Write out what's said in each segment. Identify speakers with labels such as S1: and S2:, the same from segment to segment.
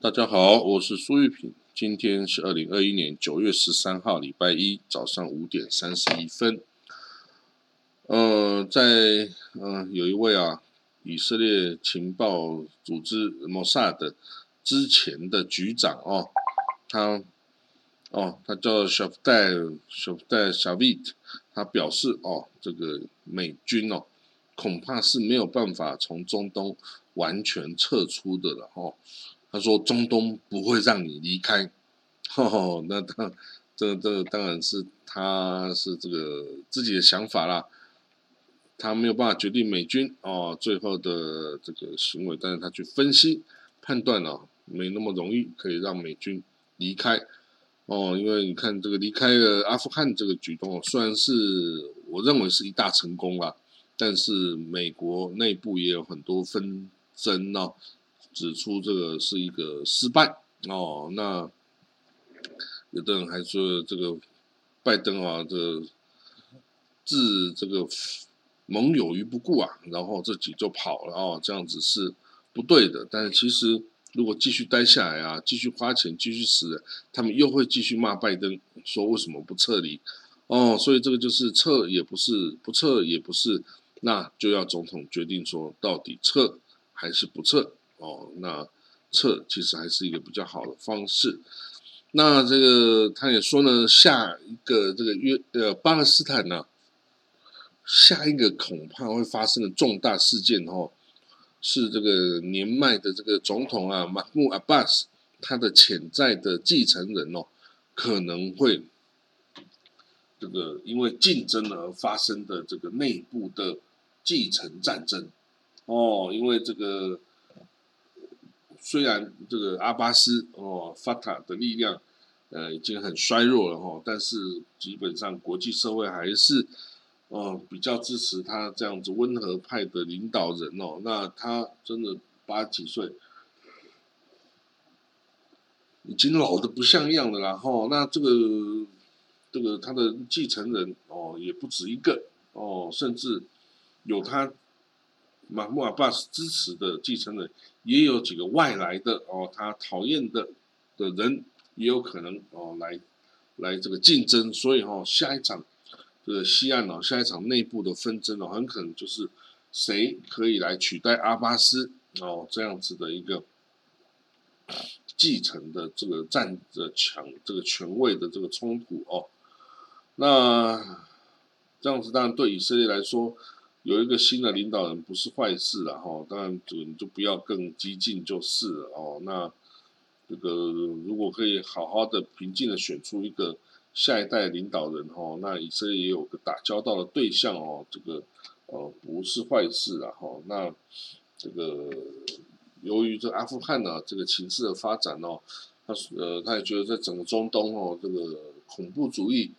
S1: 大家好，我是苏玉平。今天是2021年9月13号，礼拜一早上5点31分。有一位以色列情报组织摩萨德之前的局长他叫小夫代 Shavit， 他表示这个美军恐怕是没有办法从中东完全撤出的了他说中东不会让你离开，那这当然是他是这个自己的想法啦，他没有办法决定美军最后的这个行为，但是他去分析判断没那么容易可以让美军离开因为你看这个离开了阿富汗这个举动虽然是我认为是一大成功啦，但是美国内部也有很多纷争指出这个是一个失败那有的人还说这个拜登置这个盟友于不顾然后自己就跑了这样子是不对的。但是其实如果继续待下来继续花钱继续死人，他们又会继续骂拜登说为什么不撤离所以这个就是撤也不是，不撤也不是，那就要总统决定说到底撤还是不撤那撤其实还是一个比较好的方式。那这个他也说呢，下一个这个巴勒斯坦下一个恐怕会发生的重大事件是这个年迈的这个总统马穆阿巴斯他的潜在的继承人可能会这个因为竞争而发生的这个内部的继承战争因为这个虽然这个阿巴斯法塔的力量已经很衰弱了但是基本上国际社会还是比较支持他这样子温和派的领导人那他真的80几岁，已经老得不像样了啦那这个他的继承人也不止一个甚至有他马穆阿巴斯支持的继承人，也有几个外来的他讨厌的人也有可能来这个竞争，所以下一场这个西岸下一场内部的纷争很可能就是谁可以来取代阿巴斯这样子的一个继承的这个占着这个权位的这个冲突那这样子当然对以色列来说有一个新的领导人不是坏事啦当然你就不要更激进就是了那这个如果可以好好的平静的选出一个下一代领导人那以色列也有个打交道的对象这个不是坏事啦那这个由于这阿富汗这个情势的发展他也觉得在整个中东这个恐怖主义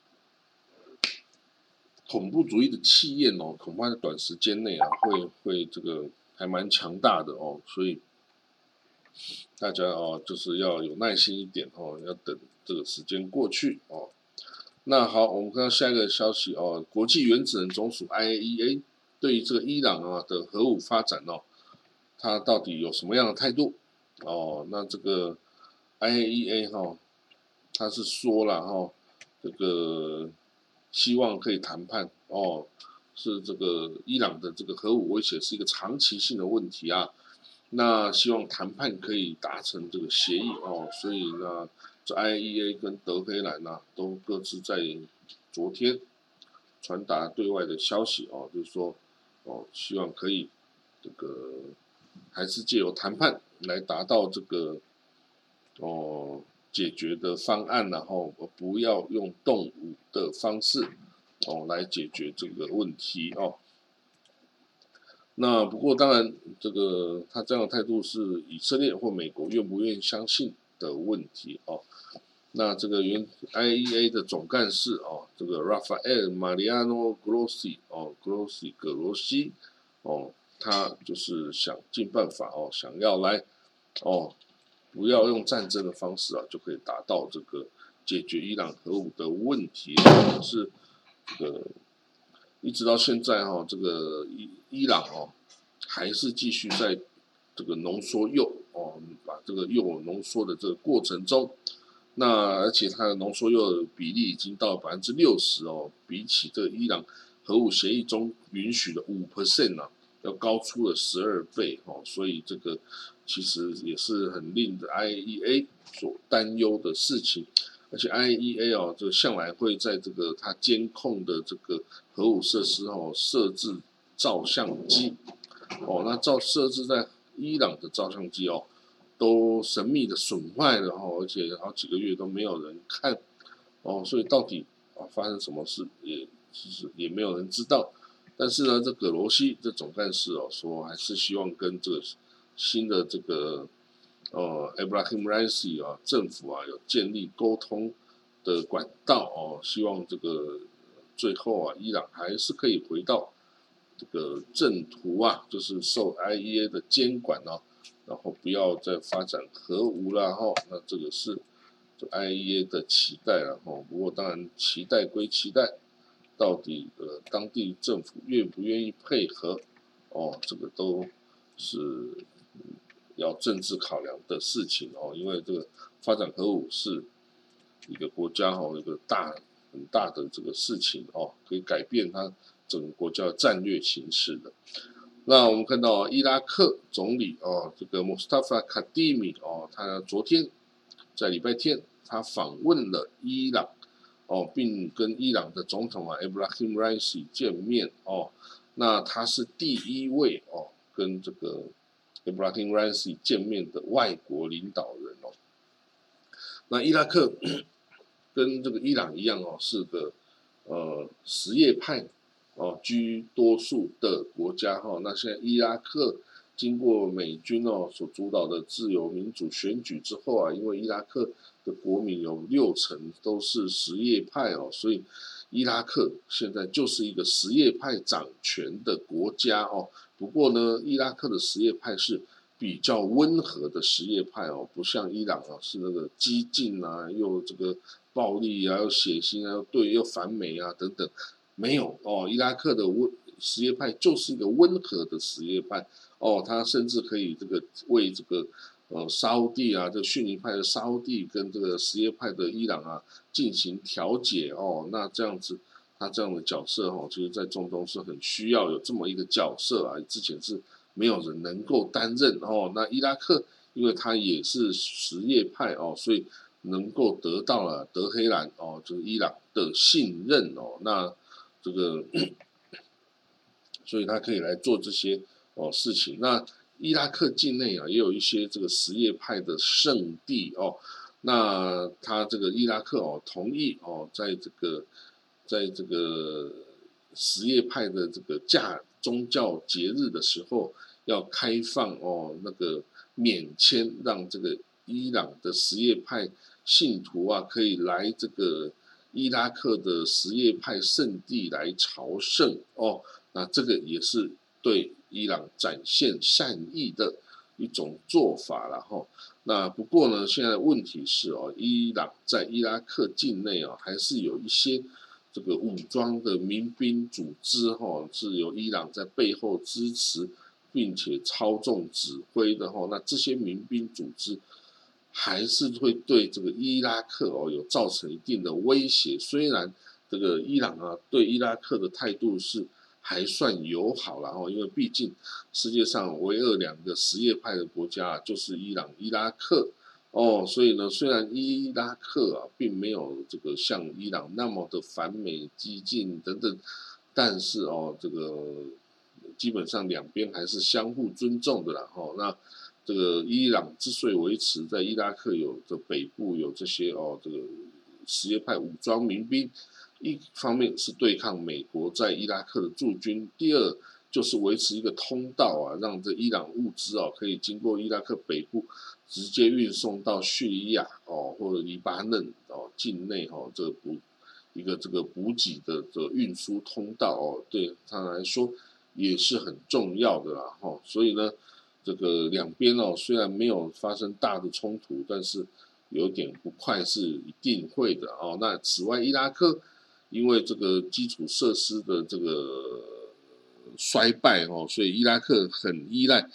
S1: 的气焰恐怕在短时间内会这个还蛮强大的所以大家就是要有耐心一点要等这个时间过去那好，我们看到下一个消息国际原子能总署 IAEA 对于这个伊朗的核武发展它到底有什么样的态度那这个 IAEA 它是说了这个希望可以谈判是这个伊朗的这个核武威胁是一个长期性的问题那希望谈判可以达成这个协议所以呢，这 IAEA 跟德黑兰都各自在昨天传达对外的消息就是说希望可以这个还是借由谈判来达到这个解决的方案不要用动武的方式来解决这个问题那不过当然这个他这样的态度是以色列或美国愿不愿意相信的问题那这个IAEA 的总干事这个 Rafael Mariano Grossi 格罗西他就是想尽办法想要来不要用战争的方式就可以达到这个解决伊朗核武的问题可是这个一直到现在这个伊朗还是继续在这个浓缩铀把这个铀浓缩的这个过程中，那而且它的浓缩铀的比例已经到60%比起这个伊朗核武协议中允许的5%要高出了12倍所以这个其实也是很令的 IAEA 所担忧的事情。而且 IAEA 这个向来会在这个它监控的这个核武设施设置照相机那设置在伊朗的照相机都神秘的损坏了而且好几个月都没有人看所以到底发生什么事其实也没有人知道。但是呢，这葛罗西这总干事说还是希望跟这个新的这个Ebrahim Raisi 政府有建立沟通的管道希望这个最后伊朗还是可以回到这个正途就是受 IAEA 的监管然后不要再发展核武了那这个是IAEA 的期待了不过当然期待归期待，到底当地政府愿不愿意配合这个都是要政治考量的事情因为这个发展核武是一个国家一个很大的这个事情可以改变它整个国家的战略形势的。那我们看到伊拉克总理这个 Mustafa Kadhimi 他昨天在礼拜天他访问了伊朗并跟伊朗的总统Ebrahim Raisi 见面那他是第一位跟这个 Ebrahim Raisi 见面的外国领导人那伊拉克跟这个伊朗一样是个什叶派居多数的国家那现在伊拉克经过美军所主导的自由民主选举之后因为伊拉克的国民有60%都是什叶派所以伊拉克现在就是一个什叶派掌权的国家不过呢，伊拉克的什叶派是比较温和的什叶派不像伊朗是那个激进又这个暴力又血腥又反美等等，没有伊拉克的什叶派就是一个温和的什叶派他甚至可以这个为这个沙烏地这个逊尼派的沙烏地跟这个什叶派的伊朗进行调解那这样子他这样的角色其实在中东是很需要有这么一个角色之前是没有人能够担任那伊拉克因为他也是什叶派所以能够得到了德黑兰就是伊朗的信任那这个所以他可以来做这些事情。那伊拉克境内也有一些这个什叶派的圣地那他这个伊拉克同意在这个什叶派的这个宗教节日的时候要开放那个免签，让这个伊朗的什叶派信徒可以来这个伊拉克的什叶派圣地来朝圣那这个也是对伊朗展现善意的一种做法啦那不过呢，现在的问题是伊朗在伊拉克境内还是有一些这个武装的民兵组织是由伊朗在背后支持并且操纵指挥的那这些民兵组织还是会对这个伊拉克有造成一定的威胁。虽然这个伊朗对伊拉克的态度是还算友好啦因为毕竟世界上唯二2个什叶派的国家就是伊朗、伊拉克所以呢，虽然伊拉克并没有这个像伊朗那么的反美激进等等，但是这个基本上两边还是相互尊重的啦那这个伊朗之所以维持在伊拉克有的北部有这些这个什叶派武装民兵，一方面是对抗美国在伊拉克的驻军，第二就是维持一个通道让这伊朗物资可以经过伊拉克北部直接运送到叙利亚或者黎巴嫩境内一个这个补给的运输通道对他来说也是很重要的啦所以呢，这个两边虽然没有发生大的冲突，但是有点不快是一定会的那此外，伊拉克因为这个基础设施的这个衰败所以伊拉克很依赖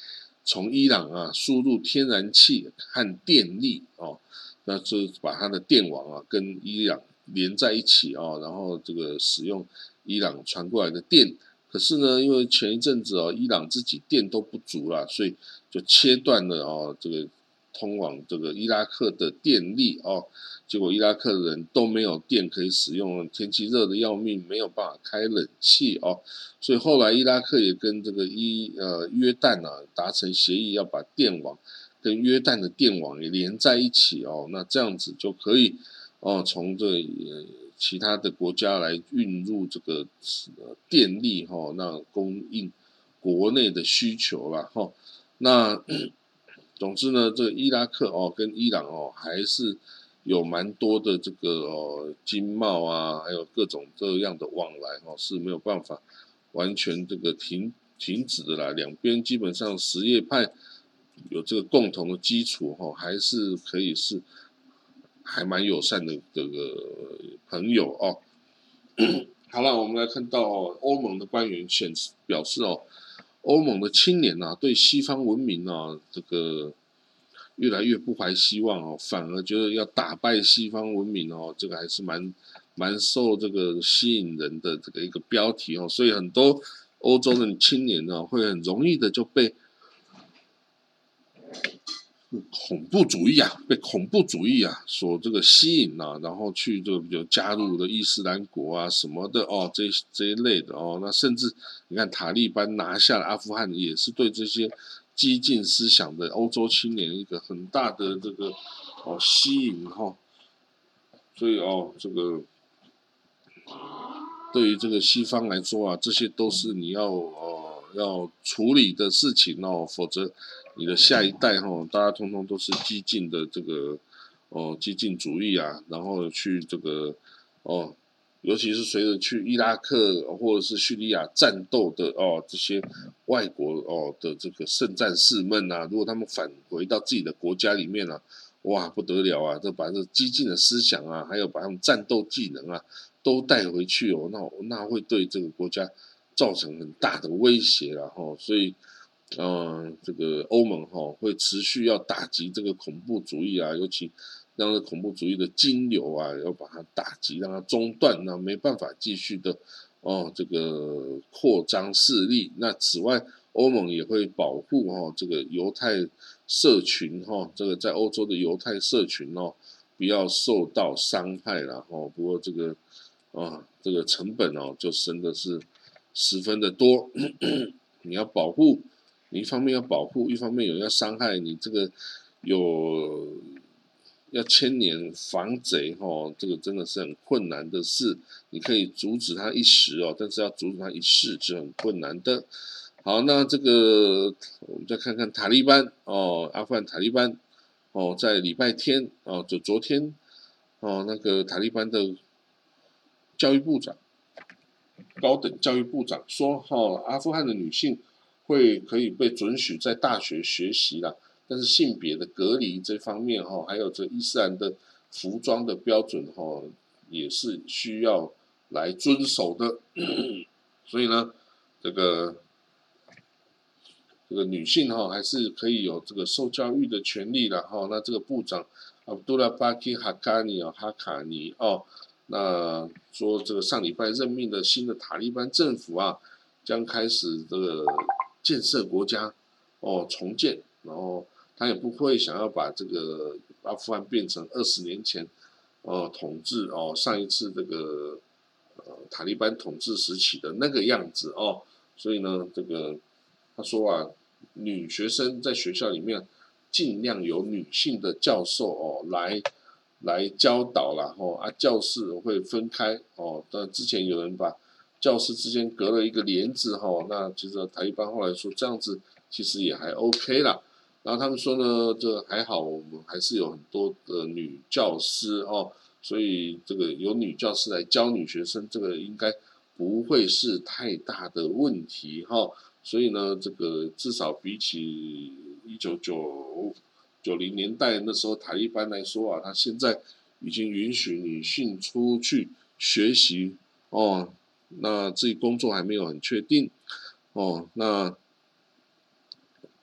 S1: 从伊朗啊输入天然气和电力哦，那就把它的电网啊跟伊朗连在一起哦，然后这个使用伊朗传过来的电。可是呢，因为前一阵子哦，伊朗自己电都不足啦，所以就切断了哦这个通往这个伊拉克的电力哦。结果伊拉克人都没有电可以使用，天气热的要命，没有办法开冷气哦。所以后来伊拉克也跟这个约旦啊达成协议，要把电网跟约旦的电网也连在一起哦。那这样子就可以哦，从其他的国家来运入这个电力哈，那供应国内的需求啦哈。那总之呢，这个伊拉克哦跟伊朗哦还是有蛮多的这个经贸啊，还有各种各样的往来哦，是没有办法完全这个停止的啦。两边基本上什叶派有这个共同的基础哈，还是可以是还蛮友善的这个朋友哦。好了，我们来看到欧盟的官员表示哦，欧盟的青年啊，对西方文明啊，这个越来越不怀希望哦，反而觉得要打败西方文明哦，这个还是蛮受这个吸引人的这个一个标题哦，所以很多欧洲的青年呢，会很容易的就被恐怖主义啊，被恐怖主义啊所这个吸引啊，然后去就比如加入了伊斯兰国啊什么的哦，这一类的哦，那甚至你看塔利班拿下了阿富汗，也是对这些激进思想的欧洲青年一个很大的这个吸引哈，所以这个对于这个西方来说啊，这些都是你要处理的事情哦，否则你的下一代大家通通都是激进的这个激进主义啊，然后去这个尤其是随着去伊拉克或者是叙利亚战斗的这些外国的这个圣战士们啊，如果他们返回到自己的国家里面啊，哇不得了啊，这把这激进的思想啊，还有把他们战斗技能啊都带回去哦，那会对这个国家造成很大的威胁啦吼，所以这个欧盟会持续要打击这个恐怖主义啊，尤其让这恐怖主义的金流啊，要把它打击，让它中断，那没办法继续的这个扩张势力。那此外，欧盟也会保护这个犹太社群这个在欧洲的犹太社群不要受到伤害啦不过这个成本就真的是十分的多，你要保护，你一方面要保护，一方面有人要伤害你，这个有要牵连防贼这个真的是很困难的事。你可以阻止他一时但是要阻止他一世是很困难的。好，那这个我们再看看塔利班阿富汗塔利班在礼拜天就昨天那个塔利班的教育部长。高等教育部长说阿富汗的女性可以被准许在大学学习啦，但是性别的隔离这方面还有这伊斯兰的服装的标准也是需要来遵守的。所以呢，这个女性还是可以有这个受教育的权利啦那这个部长Abdullah Baki哈卡尼那说这个上礼拜任命的新的塔利班政府啊，将开始这个建设国家重建，然后他也不会想要把这个阿富汗变成20年前统治上一次这个塔利班统治时期的那个样子所以呢，这个他说啊，女学生在学校里面尽量有女性的教授来教导啦教室会分开但之前有人把教室之间隔了一个帘子那其实塔利班后来说这样子其实也还 OK 啦。然后他们说呢，这还好，我们还是有很多的女教师所以这个有女教师来教女学生，这个应该不会是太大的问题所以呢，这个至少比起1990年代那时候塔利班来说啊，他现在已经允许女性出去学习那至于工作还没有很确定那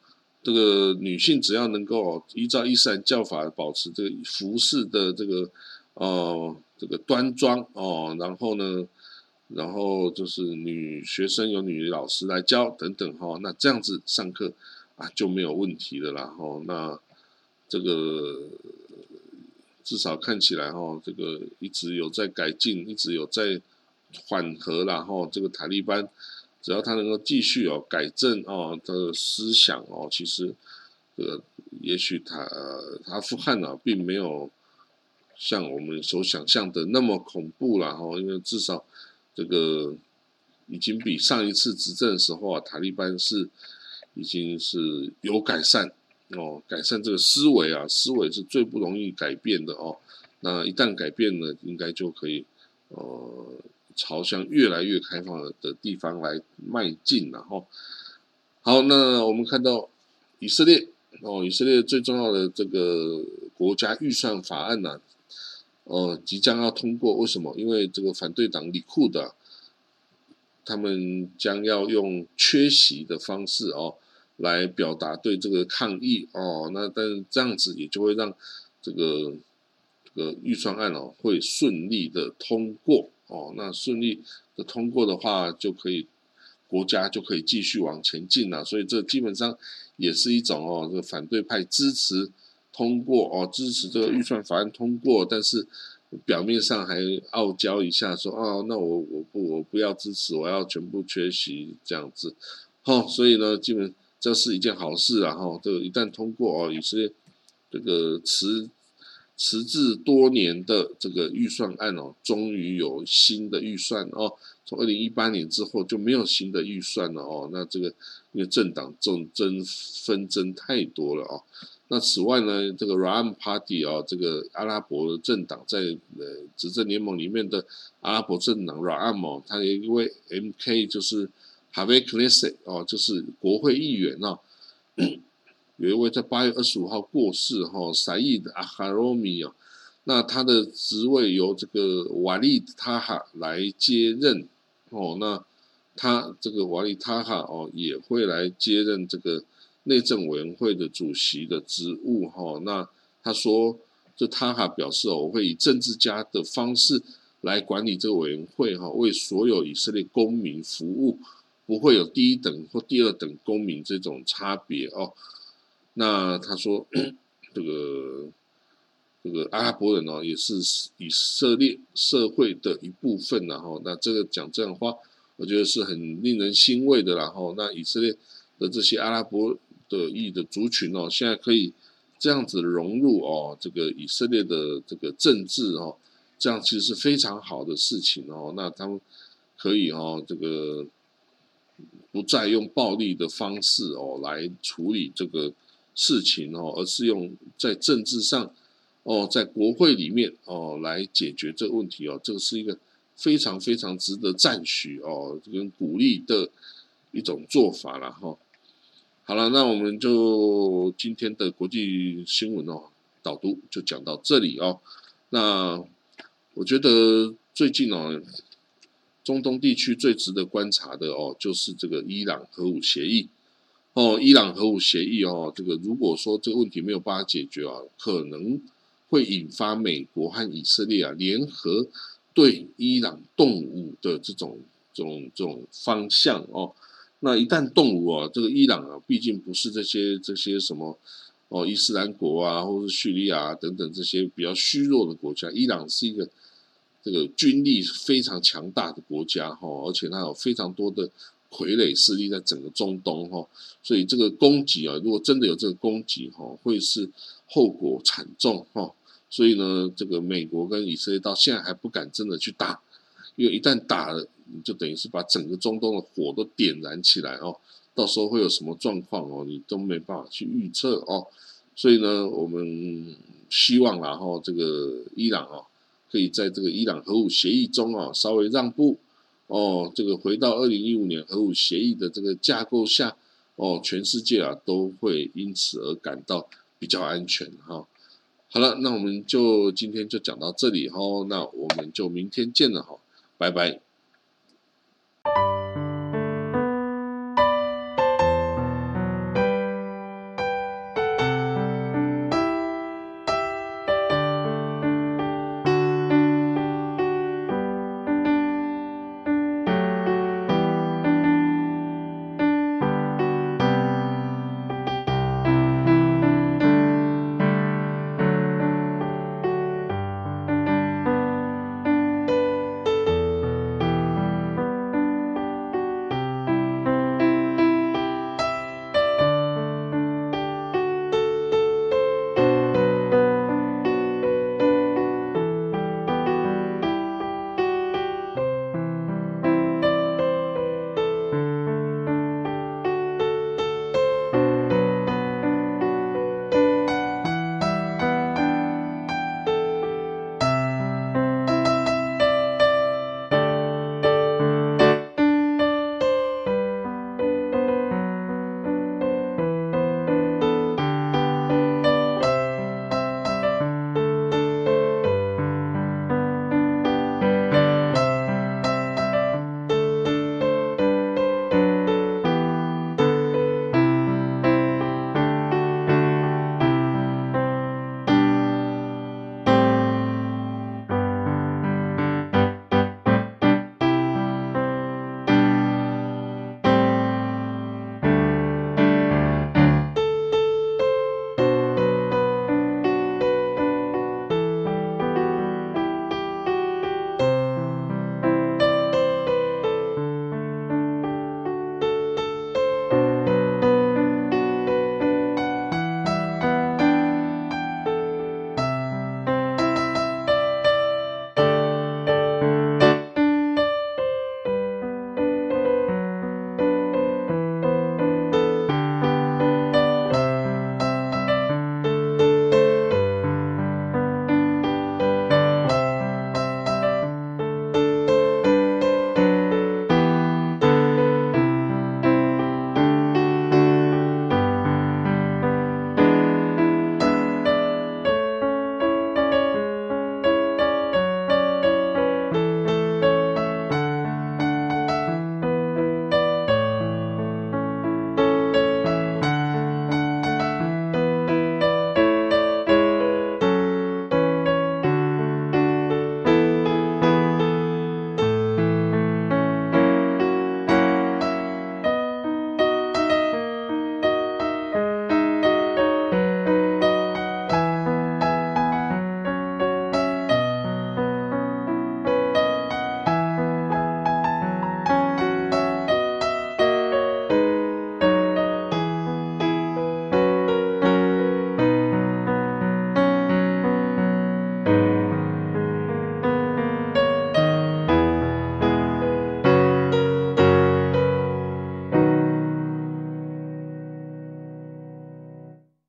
S1: 这个女性只要能够依照伊斯兰教法保持这个服饰的这个端庄然后就是女学生有女老师来教等等那这样子上课就没有问题了啦那这个至少看起来这个一直有在改进，一直有在缓和啦这个塔利班只要他能够继续改正的思想其实也许阿富汗并没有像我们所想象的那么恐怖啦因为至少这个已经比上一次执政的时候塔利班已经是有改善改善这个思维思维是最不容易改变的那一旦改变了，应该就可以朝向越来越开放的地方来迈进了好，那我们看到以色列以色列最重要的这个国家预算法案即将要通过。为什么？因为这个反对党里库的他们将要用缺席的方式来表达对这个抗议那但这样子也就会让这个预算案会顺利的通过那顺利的通过的话，国家就可以继续往前进了。所以这基本上也是一种这个反对派支持通过支持这个预算法案通过，但是表面上还傲娇一下说那我不要支持，我要全部缺席这样子所以呢，基本这是一件好事这个一旦通过以色列这个迟滞多年的这个预算案终于有新的预算从2018年之后就没有新的预算了那这个因为政党纷争太多了那此外呢，这个 Ra'am Party 这个阿拉伯政党在执政联盟里面的阿拉伯政党 Ra'am 他有一位 MK 就是 Haveck Knesset 就是国会议员有一位在8月25号过世Saeed Aharomi 那他的职位由这个瓦利塔哈来接任那他这个瓦利塔哈也会来接任这个内政委员会的主席的职务那他说这塔哈表示我会以政治家的方式来管理这个委员会为所有以色列公民服务，不会有第一等或第二等公民这种差别那他说这个阿拉伯人也是以色列社会的一部分那这个讲这样的话我觉得是很令人欣慰的那以色列的这些阿拉伯的裔的族群现在可以这样子融入这个以色列的这个政治这样其实是非常好的事情那他们可以这个不再用暴力的方式来处理这个事情而是用在政治上在国会里面来解决这个问题这个是一个非常非常值得赞许跟鼓励的一种做法啦好了，那我们就今天的国际新闻导读就讲到这里那我觉得最近中东地区最值得观察的就是这个伊朗核武协议伊朗核武协议这个如果说这个问题没有办法解决可能会引发美国和以色列联合对伊朗动武的这种方向那一旦动武这个伊朗毕竟不是这些什么伊斯兰国或是叙利亚等等这些比较虚弱的国家，伊朗是一个这个军力非常强大的国家而且它有非常多的傀儡势力在整个中东所以这个攻击如果真的有这个攻击会是后果惨重所以呢，这个美国跟以色列到现在还不敢真的去打，因为一旦打了，你就等于是把整个中东的火都点燃起来到时候会有什么状况你都没办法去预测所以呢，我们希望啦这个伊朗可以在这个伊朗核武协议中稍微让步这个回到2015年核武协议的这个架构下全世界都会因此而感到比较安全好了，那我们就今天就讲到这里那我们就明天见了拜拜。